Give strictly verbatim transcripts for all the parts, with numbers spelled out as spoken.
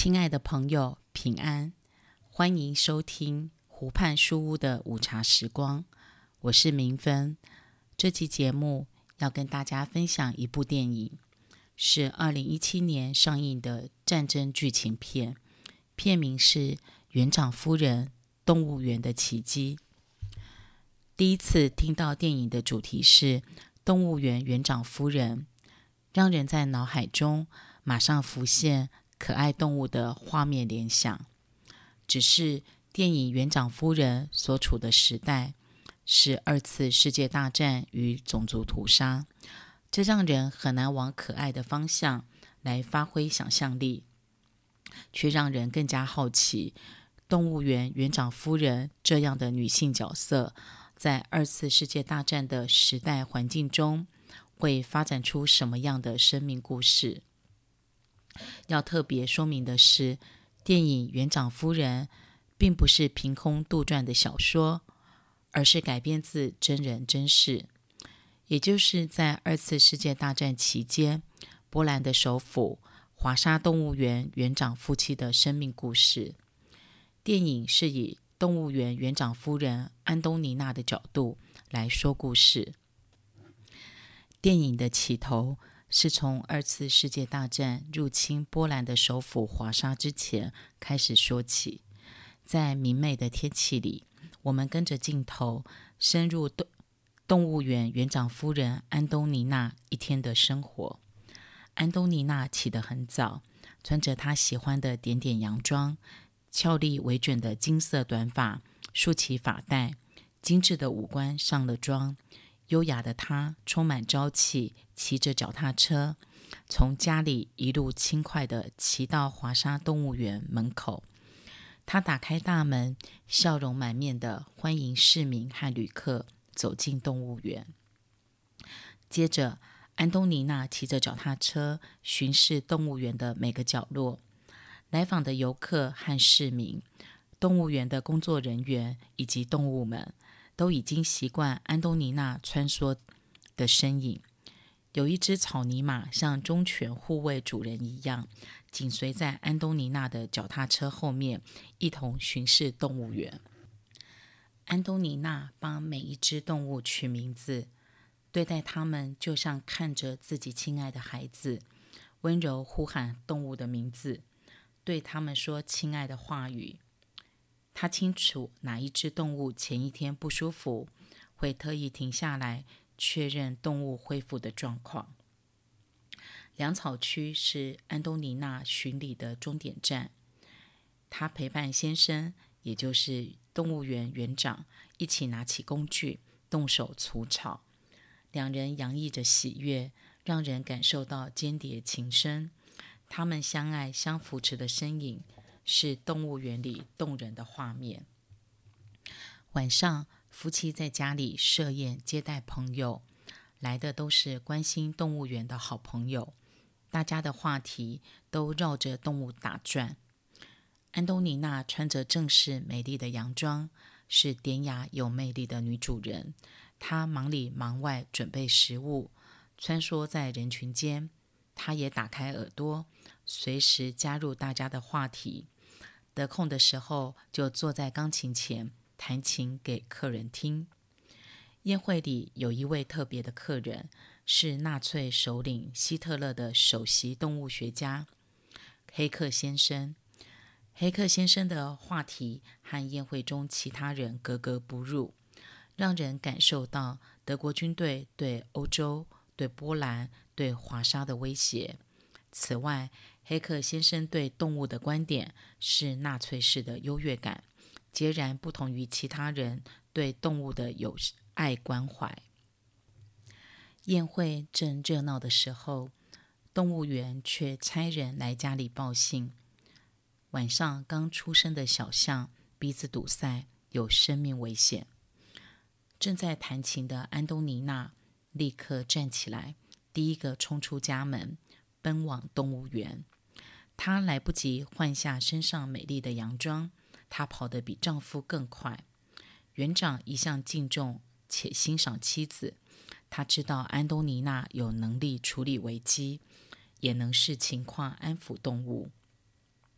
亲爱的朋友，平安，欢迎收听湖畔书屋的午茶时光，我是明芬。这期节目要跟大家分享一部电影，是二零一七年上映的战争剧情片，片名是《园长夫人：动物园的奇迹》。第一次听到电影的主题是动物园园长夫人，让人在脑海中马上浮现可爱动物的画面联想。只是电影园长夫人所处的时代是二次世界大战与种族屠杀，这让人很难往可爱的方向来发挥想象力，却让人更加好奇动物园园长夫人这样的女性角色在二次世界大战的时代环境中会发展出什么样的生命故事。要特别说明的是，电影《园长夫人》并不是凭空杜撰的小说，而是改编自真人真事，也就是在二次世界大战期间，波兰的首府华沙动物园园长夫妻的生命故事。电影是以动物园园长夫人安东尼娜的角度来说故事。电影的起头是从二次世界大战入侵波兰的首府华沙之前开始说起。在明媚的天气里，我们跟着镜头深入动动物园园长夫人安东尼娜一天的生活。安东尼娜起得很早，穿着她喜欢的点点洋装，俏丽微卷的金色短发竖起发带，精致的五官上了妆。优雅的她充满朝气，骑着脚踏车从家里一路轻快地骑到华沙动物园门口。她打开大门，笑容满面地欢迎市民和旅客走进动物园。接着安东尼娜骑着脚踏车巡视动物园的每个角落，来访的游客和市民，动物园的工作人员以及动物们都已经习惯安东尼娜穿梭的身影。有一只草泥马像忠犬护卫主人一样，紧随在安东尼娜的脚踏车后面，一同巡视动物园。安东尼娜帮每一只动物取名字，对待它们就像看着自己亲爱的孩子，温柔呼喊动物的名字，对它们说亲爱的话语。他清楚哪一只动物前一天不舒服，会特意停下来确认动物恢复的状况。粮草区是安东尼娜巡礼的终点站，他陪伴先生，也就是动物园园长，一起拿起工具，动手除草。两人洋溢着喜悦，让人感受到间谍情深。他们相爱相扶持的身影是动物园里动人的画面。晚上，夫妻在家里设宴接待朋友，来的都是关心动物园的好朋友，大家的话题都绕着动物打转。安东尼娜穿着正式美丽的洋装，是典雅有魅力的女主人。她忙里忙外准备食物，穿梭在人群间，她也打开耳朵，随时加入大家的话题。得空的时候就坐在钢琴前弹琴给客人听。宴会里有一位特别的客人，是纳粹首领希特勒的首席动物学家黑克先生。黑克先生的话题和宴会中其他人格格不入，让人感受到德国军队对欧洲、对波兰、对华沙的威胁。此外，黑克先生对动物的观点是纳粹式的优越感，截然不同于其他人对动物的友爱关怀。宴会正热闹的时候，动物园却差人来家里报信，晚上刚出生的小象鼻子堵塞，有生命危险。正在弹琴的安东尼娜立刻站起来，第一个冲出家门，奔往动物园。她来不及换下身上美丽的洋装，她跑得比丈夫更快。园长一向敬重且欣赏妻子，他知道安东尼娜有能力处理危机，也能视情况安抚动物。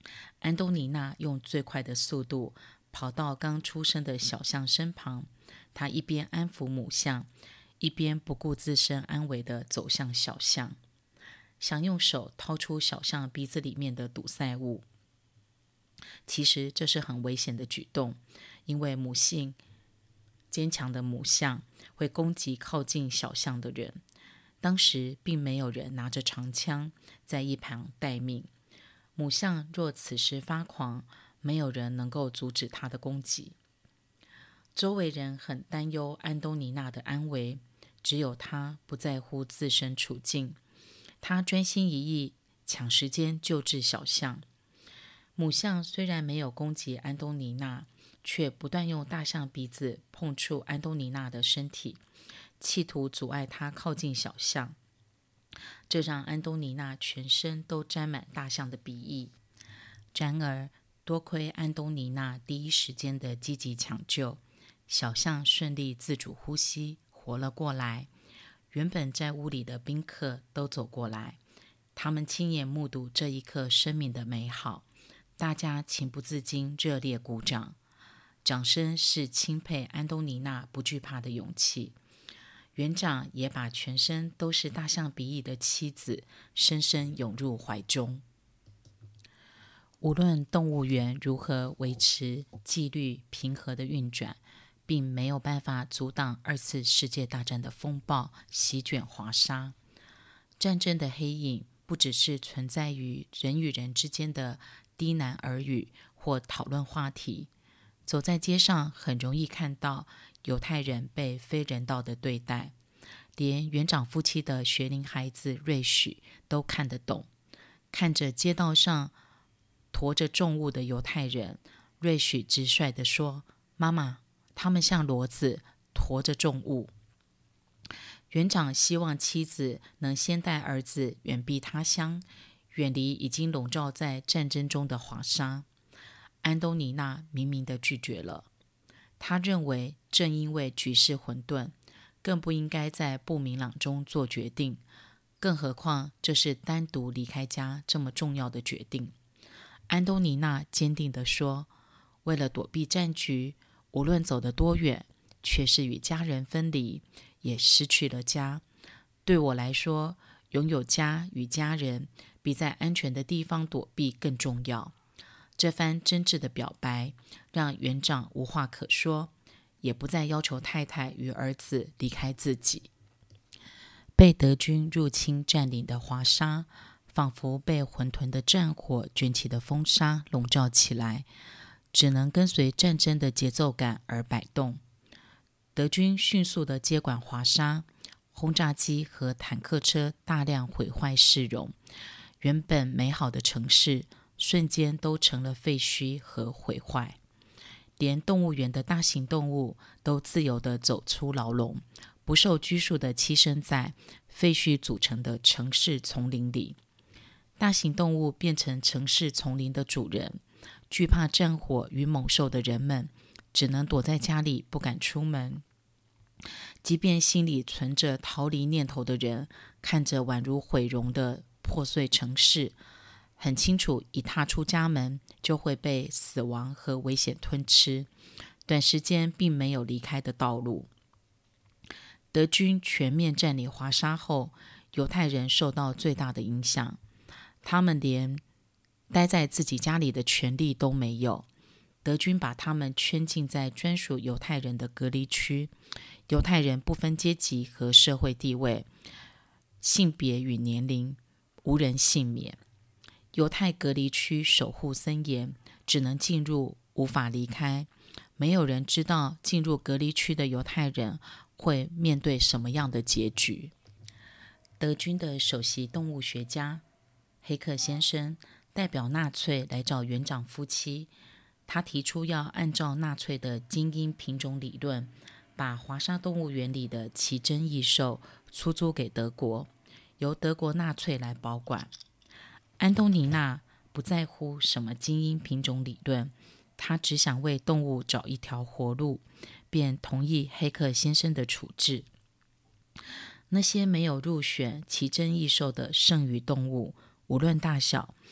安东尼娜用最快的速度跑到刚出生的小象身旁，她一边安抚母象，一边不顾自身安危地走向小象，想用手掏出小象鼻子里面的堵塞物。其实这是很危险的举动，因为母性坚强的母象会攻击靠近小象的人。当时并没有人拿着长枪在一旁待命，母象若此时发狂，没有人能够阻止它的攻击。周围人很担忧安东尼娜的安危，只有她不在乎自身处境，她专心一意抢时间救治小象。母象虽然没有攻击安东尼娜，却不断用大象鼻子碰触安东尼娜的身体，企图阻碍她靠近小象。这让安东尼娜全身都沾满大象的鼻翼。然而，多亏安东尼娜第一时间的积极抢救，小象顺利自主呼吸，活了过来。原本在屋里的宾客都走过来，他们亲眼目睹这一刻生命的美好，大家情不自禁热烈鼓掌。掌声是钦佩安东尼娜不惧怕的勇气。园长也把全身都是大象鼻翼的妻子深深拥入怀中。无论动物园如何维持纪律平和的运转，并没有办法阻挡二次世界大战的风暴席卷华沙。战争的黑影不只是存在于人与人之间的低喃耳语或讨论话题，走在街上很容易看到犹太人被非人道的对待，连园长夫妻的学龄孩子瑞许都看得懂。看着街道上驮着重物的犹太人，瑞许直率地说：“妈妈，他们像骡子，驮着重物。”园长希望妻子能先带儿子远避他乡，远离已经笼罩在战争中的华沙。安东尼娜明明地拒绝了。他认为正因为局势混沌，更不应该在不明朗中做决定，更何况这是单独离开家这么重要的决定。安东尼娜坚定地说：“为了躲避战局，无论走得多远，却是与家人分离，也失去了家。对我来说，拥有家与家人，比在安全的地方躲避更重要。”这番真挚的表白让园长无话可说，也不再要求太太与儿子离开自己。被德军入侵占领的华沙，仿佛被混沌的战火卷起的风沙笼罩起来，只能跟随战争的节奏感而摆动。德军迅速地接管华沙，轰炸机和坦克车大量毁坏市容，原本美好的城市瞬间都成了废墟和毁坏。连动物园的大型动物都自由地走出牢笼，不受拘束地栖身在废墟组成的城市丛林里。大型动物变成城市丛林的主人，惧怕战火与猛兽的人们只能躲在家里，不敢出门。即便心里存着逃离念头的人，看着宛如毁容的破碎城市，很清楚一踏出家门就会被死亡和危险吞吃，短时间并没有离开的道路。德军全面占领华沙后，犹太人受到最大的影响，他们连待在自己家里的权利都没有。德军把他们圈禁在专属犹太人的隔离区，犹太人不分阶级和社会地位、性别与年龄，无人幸免。犹太隔离区守护森严，只能进入，无法离开。没有人知道进入隔离区的犹太人会面对什么样的结局。德军的首席动物学家黑克先生代表纳粹来找园长夫妻，他提出要按照纳粹的精英品种理论，把华沙动物园里的奇珍异兽出租给德国，由德国纳粹来保管。安东尼娜不在乎什么精英品种理论，她只想为动物找一条活路，便同意黑克先生的处置。那些没有入选奇珍异兽的剩余动物，无论大小，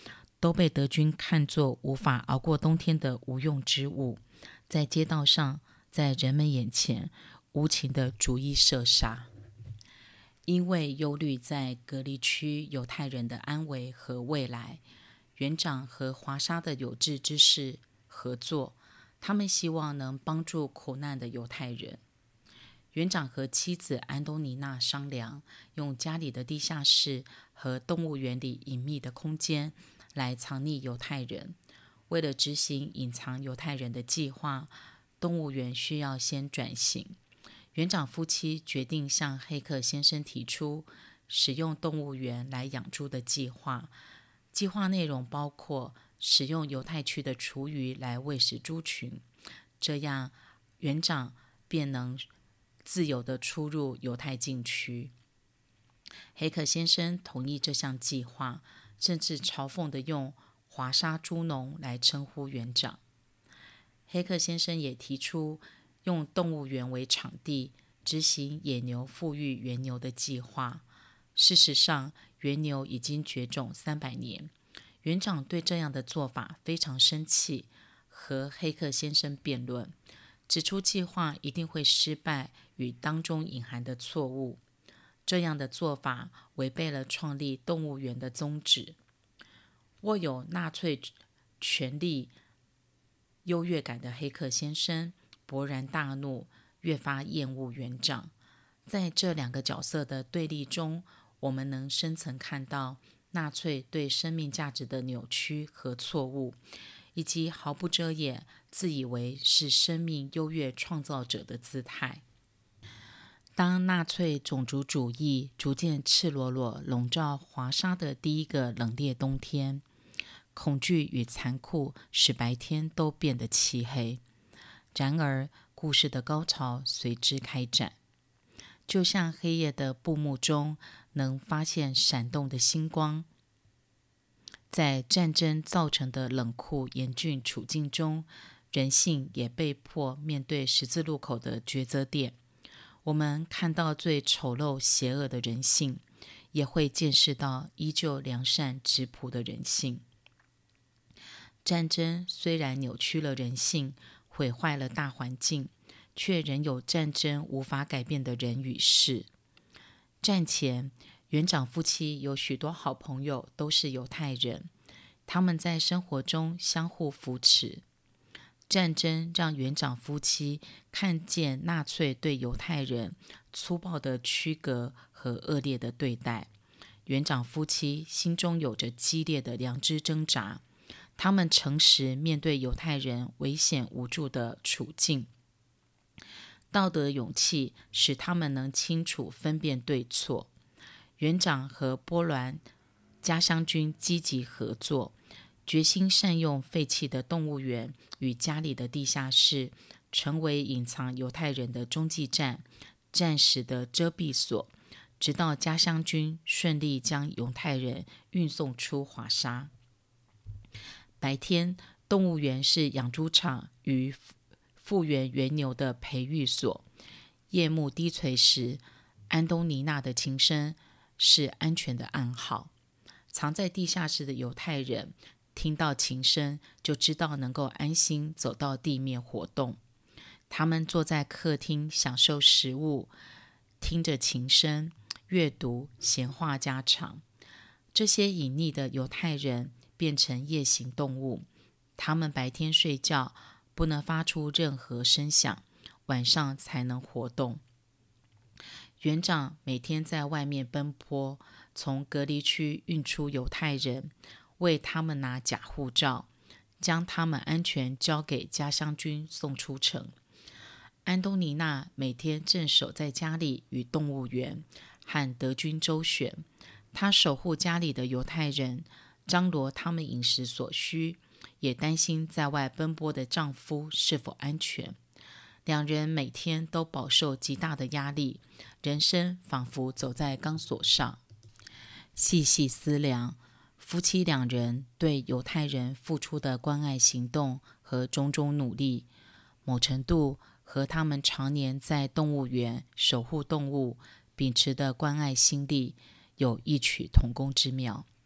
都被德军看作无法熬过冬天的无用之物，在街道上，在人们眼前无情地逐一射杀。因为忧虑在隔离区犹太人的安危和未来，园长和华沙的有志之士合作，他们希望能帮助苦难的犹太人。园长和妻子安东尼娜商量，用家里的地下室和动物园里隐秘的空间来藏匿犹太人。为了执行隐藏犹太人的计划，动物园需要先转型。园长夫妻决定向黑克先生提出使用动物园来养猪的计划。计划内容包括使用犹太区的厨余来喂食猪群，这样园长便能自由地出入犹太禁区。黑克先生同意这项计划，甚至嘲讽地用华沙猪农来称呼园长。黑克先生也提出用动物园为场地执行野牛复育原牛的计划。事实上，原牛已经绝种三百年。园长对这样的做法非常生气，和黑克先生辩论，指出计划一定会失败与当中隐含的错误。这样的做法违背了创立动物园的宗旨。握有纳粹权力优越感的黑克先生勃然大怒，越发厌恶园长。在这两个角色的对立中，我们能深层看到纳粹对生命价值的扭曲和错误，以及毫不遮掩自以为是生命优越创造者的姿态。当纳粹种族主义逐渐赤裸裸笼罩华沙的第一个冷冽冬天，恐惧与残酷使白天都变得漆黑。然而，故事的高潮随之开展。就像黑夜的布幕中能发现闪动的星光，在战争造成的冷酷严峻处境中，人性也被迫面对十字路口的抉择点。我们看到最丑陋邪恶的人性，也会见识到依旧良善质朴的人性。战争虽然扭曲了人性，毁坏了大环境，却仍有战争无法改变的人与事。战前，园长夫妻有许多好朋友都是犹太人，他们在生活中相互扶持。战争让园长夫妻看见纳粹对犹太人粗暴的区隔和恶劣的对待。园长夫妻心中有着激烈的良知挣扎，他们诚实面对犹太人危险无助的处境。道德勇气使他们能清楚分辨对错。园长和波兰家乡军积极合作，决心善用废弃的动物园与家里的地下室，成为隐藏犹太人的中继站，暂时的遮蔽所，直到家乡军顺利将犹太人运送出华沙。白天，动物园是养猪场与复原原牛的培育所。夜幕低垂时，安东尼娜的琴声是安全的暗号。藏在地下室的犹太人听到琴声，就知道能够安心走到地面活动。他们坐在客厅享受食物，听着琴声，阅读，闲话家常。这些隐匿的犹太人变成夜行动物，他们白天睡觉，不能发出任何声响，晚上才能活动。园长每天在外面奔波，从隔离区运出犹太人，为他们拿假护照，将他们安全交给家乡军送出城。安东尼娜每天正守在家里与动物园和德军周旋，她守护家里的犹太人，张罗他们饮食所需，也担心在外奔波的丈夫是否安全。两人每天都饱受极大的压力，人生仿佛走在钢索上。细细思量，夫妻两人对犹太人付出的关爱行动和种种努力，某程度和他们常年在动物园守护动物秉持的关爱心力有异曲同工之妙。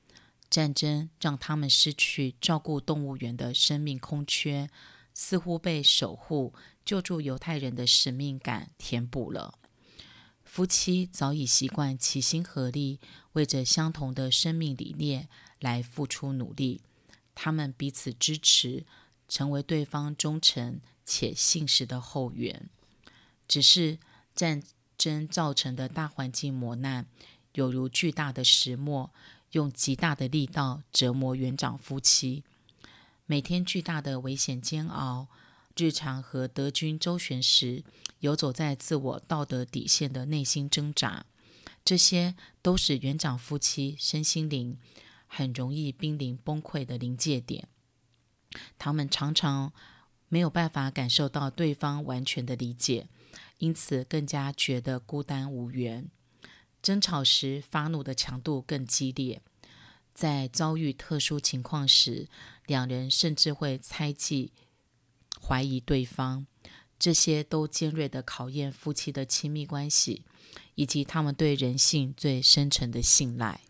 战争让他们失去照顾动物园的生命空缺，似乎被守护、救助犹太人的使命感填补了。夫妻早已习惯齐心合力，为着相同的生命理念来付出努力。他们彼此支持，成为对方忠诚且信实的后援。只是战争造成的大环境磨难，犹如巨大的石磨，用极大的力道折磨园长夫妻。每天巨大的危险煎熬，日常和德军周旋时游走在自我道德底线的内心挣扎，这些都是园长夫妻身心灵很容易濒临崩溃的临界点。他们常常没有办法感受到对方完全的理解，因此更加觉得孤单无援。争吵时发怒的强度更激烈，在遭遇特殊情况时，两人甚至会猜忌、怀疑对方。这些都尖锐地考验夫妻的亲密关系，以及他们对人性最深沉的信赖。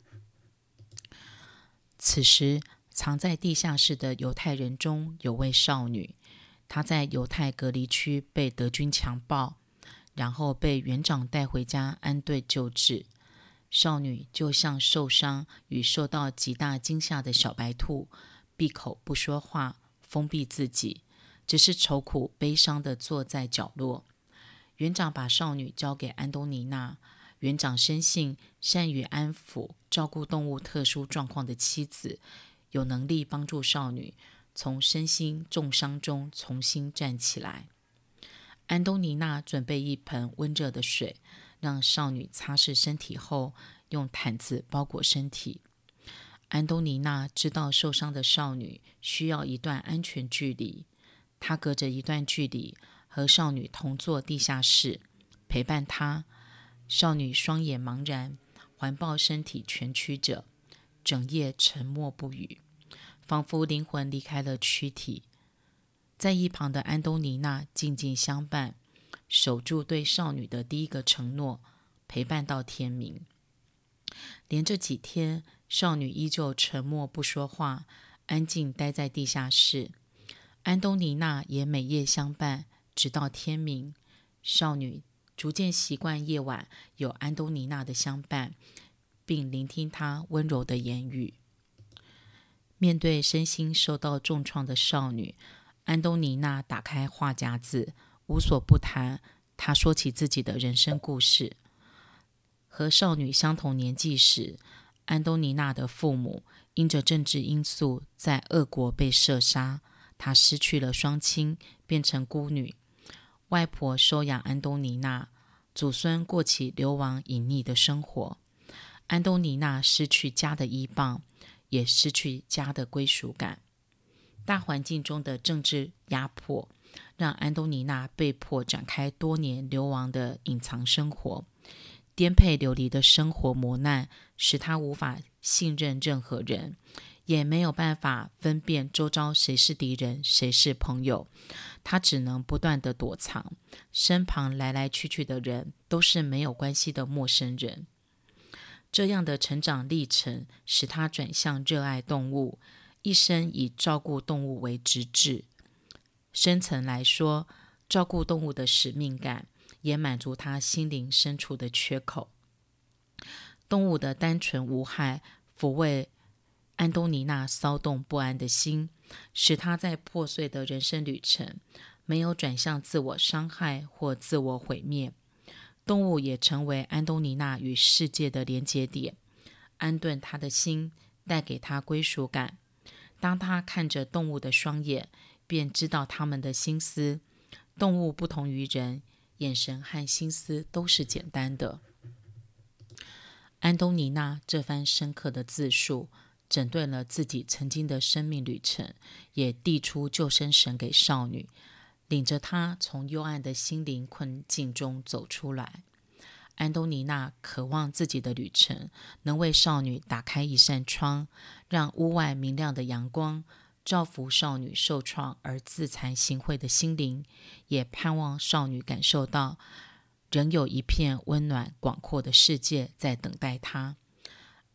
此时，藏在地下室的犹太人中有位少女，她在犹太隔离区被德军强暴，然后被园长带回家安顿救治。少女就像受伤与受到极大惊吓的小白兔，闭口不说话，封闭自己，只是愁苦悲伤地坐在角落。园长把少女交给安东尼娜，园长深信善于安抚照顾动物特殊状况的妻子，有能力帮助少女从身心重伤中重新站起来。安东尼娜准备一盆温热的水，让少女擦拭身体后，用毯子包裹身体。安东尼娜知道受伤的少女需要一段安全距离，她隔着一段距离和少女同坐地下室，陪伴她。少女双眼茫然，环抱身体蜷曲着，整夜沉默不语，仿佛灵魂离开了躯体。在一旁的安东尼娜静静相伴，守住对少女的第一个承诺，陪伴到天明。连着几天，少女依旧沉默不说话，安静待在地下室。安东尼娜也每夜相伴，直到天明。少女逐渐习惯夜晚有安东尼娜的相伴，并聆听她温柔的言语。面对身心受到重创的少女，安东尼娜打开话匣子，无所不谈。她说起自己的人生故事。和少女相同年纪时，安东尼娜的父母因着政治因素在俄国被射杀，她失去了双亲，变成孤女。外婆收养安东尼娜，祖孙过起流亡隐匿的生活。安东尼娜失去家的依傍，也失去家的归属感。大环境中的政治压迫，让安东尼娜被迫展开多年流亡的隐藏生活。颠沛流离的生活磨难，使她无法信任任何人，也没有办法分辨周遭谁是敌人，谁是朋友。她只能不断地躲藏，身旁来来去去的人都是没有关系的陌生人。这样的成长历程使她转向热爱动物，一生以照顾动物为职志。深层来说，照顾动物的使命感也满足他心灵深处的缺口。动物的单纯无害抚慰安东尼娜骚动不安的心，使他在破碎的人生旅程没有转向自我伤害或自我毁灭。动物也成为安东尼娜与世界的连结点，安顿他的心，带给他归属感。当他看着动物的双眼，便知道他们的心思。动物不同于人，眼神和心思都是简单的。安东尼娜这番深刻的自述，整顿了自己曾经的生命旅程，也递出救生绳给少女，领着她从幽暗的心灵困境中走出来。安东尼娜渴望自己的旅程能为少女打开一扇窗，让屋外明亮的阳光照拂少女受创而自惭形秽的心灵，也盼望少女感受到仍有一片温暖广阔的世界在等待她。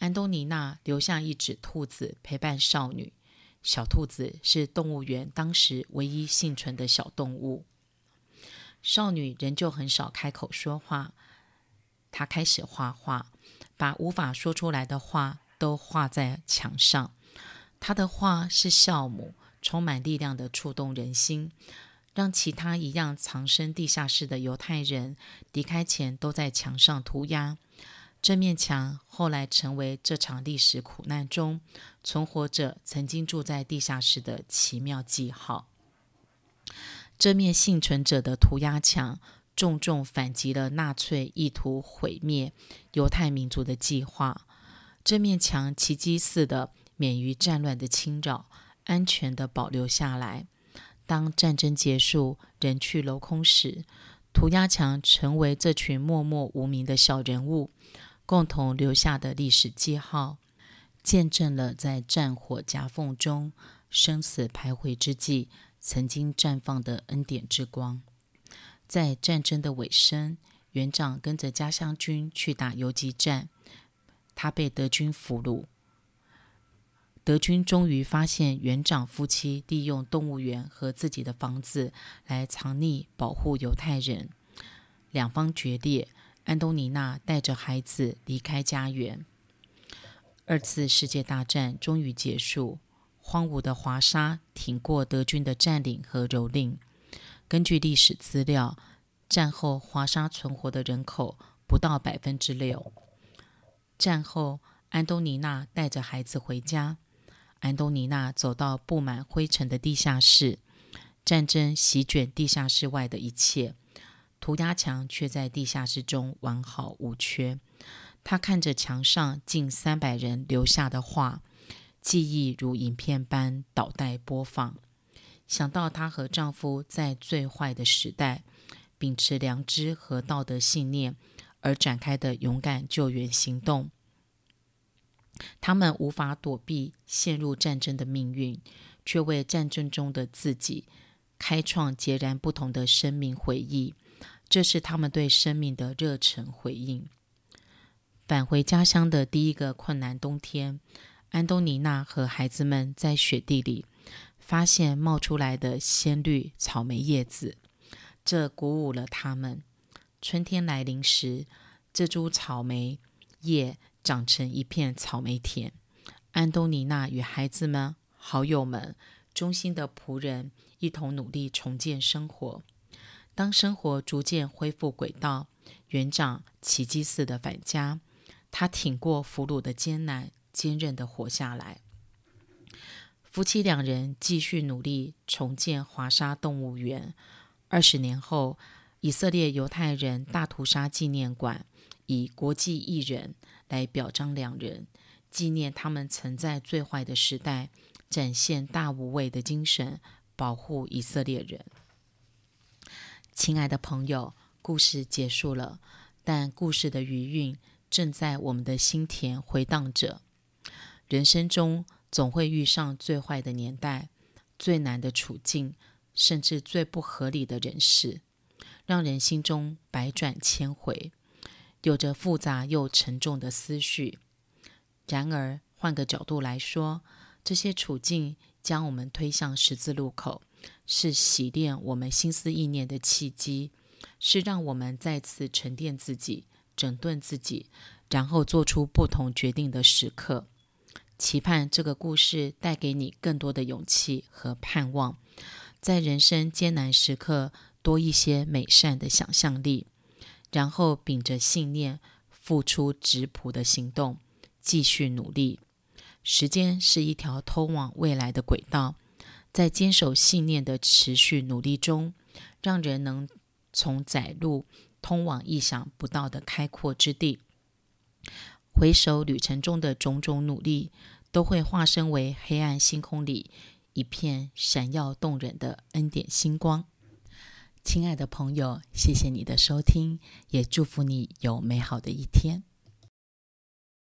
安东尼娜留下一只兔子陪伴少女。小兔子是动物园当时唯一幸存的小动物。少女仍旧很少开口说话，她开始画画，把无法说出来的话都画在墙上。她的画是酵母，充满力量的触动人心，让其他一样藏身地下室的犹太人离开前都在墙上涂鸦。这面墙后来成为这场历史苦难中存活者曾经住在地下室的奇妙记号。这面幸存者的涂鸦墙重重反击了纳粹意图毁灭犹太民族的计划。这面墙奇迹似的免于战乱的侵扰，安全地保留下来。当战争结束，人去楼空时，涂鸦墙成为这群默默无名的小人物共同留下的历史记号，见证了在战火夹缝中生死徘徊之际曾经绽放的恩典之光。在战争的尾声，园长跟着家乡军去打游击战，他被德军俘虏。德军终于发现园长夫妻利用动物园和自己的房子来藏匿保护犹太人，两方决裂。安东尼娜带着孩子离开家园。二次世界大战终于结束，荒芜的华沙挺过德军的占领和蹂躏。根据历史资料，战后华沙存活的人口不到百分之六。战后，安东尼娜带着孩子回家。安东尼娜走到布满灰尘的地下室，战争席卷地下室外的一切，涂鸦墙却在地下室中完好无缺。她看着墙上近三百人留下的画，记忆如影片般倒带播放。想到她和丈夫在最坏的时代，秉持良知和道德信念而展开的勇敢救援行动。他们无法躲避陷入战争的命运，却为战争中的自己开创截然不同的生命回忆。这是他们对生命的热忱回应。返回家乡的第一个困难冬天，安东尼娜和孩子们在雪地里发现冒出来的鲜绿草莓叶子，这鼓舞了他们。春天来临时，这株草莓叶长成一片草莓田。安东尼娜与孩子们、好友们、忠心的仆人一同努力重建生活。当生活逐渐恢复轨道，园长奇迹似的返家，他挺过俘虏的艰难，坚韧地活下来。夫妻两人继续努力重建华沙动物园。二十年后，以色列犹太人大屠杀纪念馆以国际艺人来表彰两人，纪念他们曾在最坏的时代展现大无畏的精神，保护以色列人。亲爱的朋友，故事结束了，但故事的余韵正在我们的心田回荡着。人生中总会遇上最坏的年代、最难的处境，甚至最不合理的人事，让人心中百转千回，有着复杂又沉重的思绪。然而，换个角度来说，这些处境将我们推向十字路口，是洗炼我们心思意念的契机，是让我们再次沉淀自己、整顿自己，然后做出不同决定的时刻。期盼这个故事带给你更多的勇气和盼望，在人生艰难时刻多一些美善的想象力，然后秉着信念付出质朴的行动，继续努力。时间是一条通往未来的轨道，在坚守信念的持续努力中，让人能从窄路通往意想不到的开阔之地。回首旅程中的种种努力，都会化身为黑暗星空里一片闪耀动人的恩典星光。亲爱的朋友，谢谢你的收听，也祝福你有美好的一天。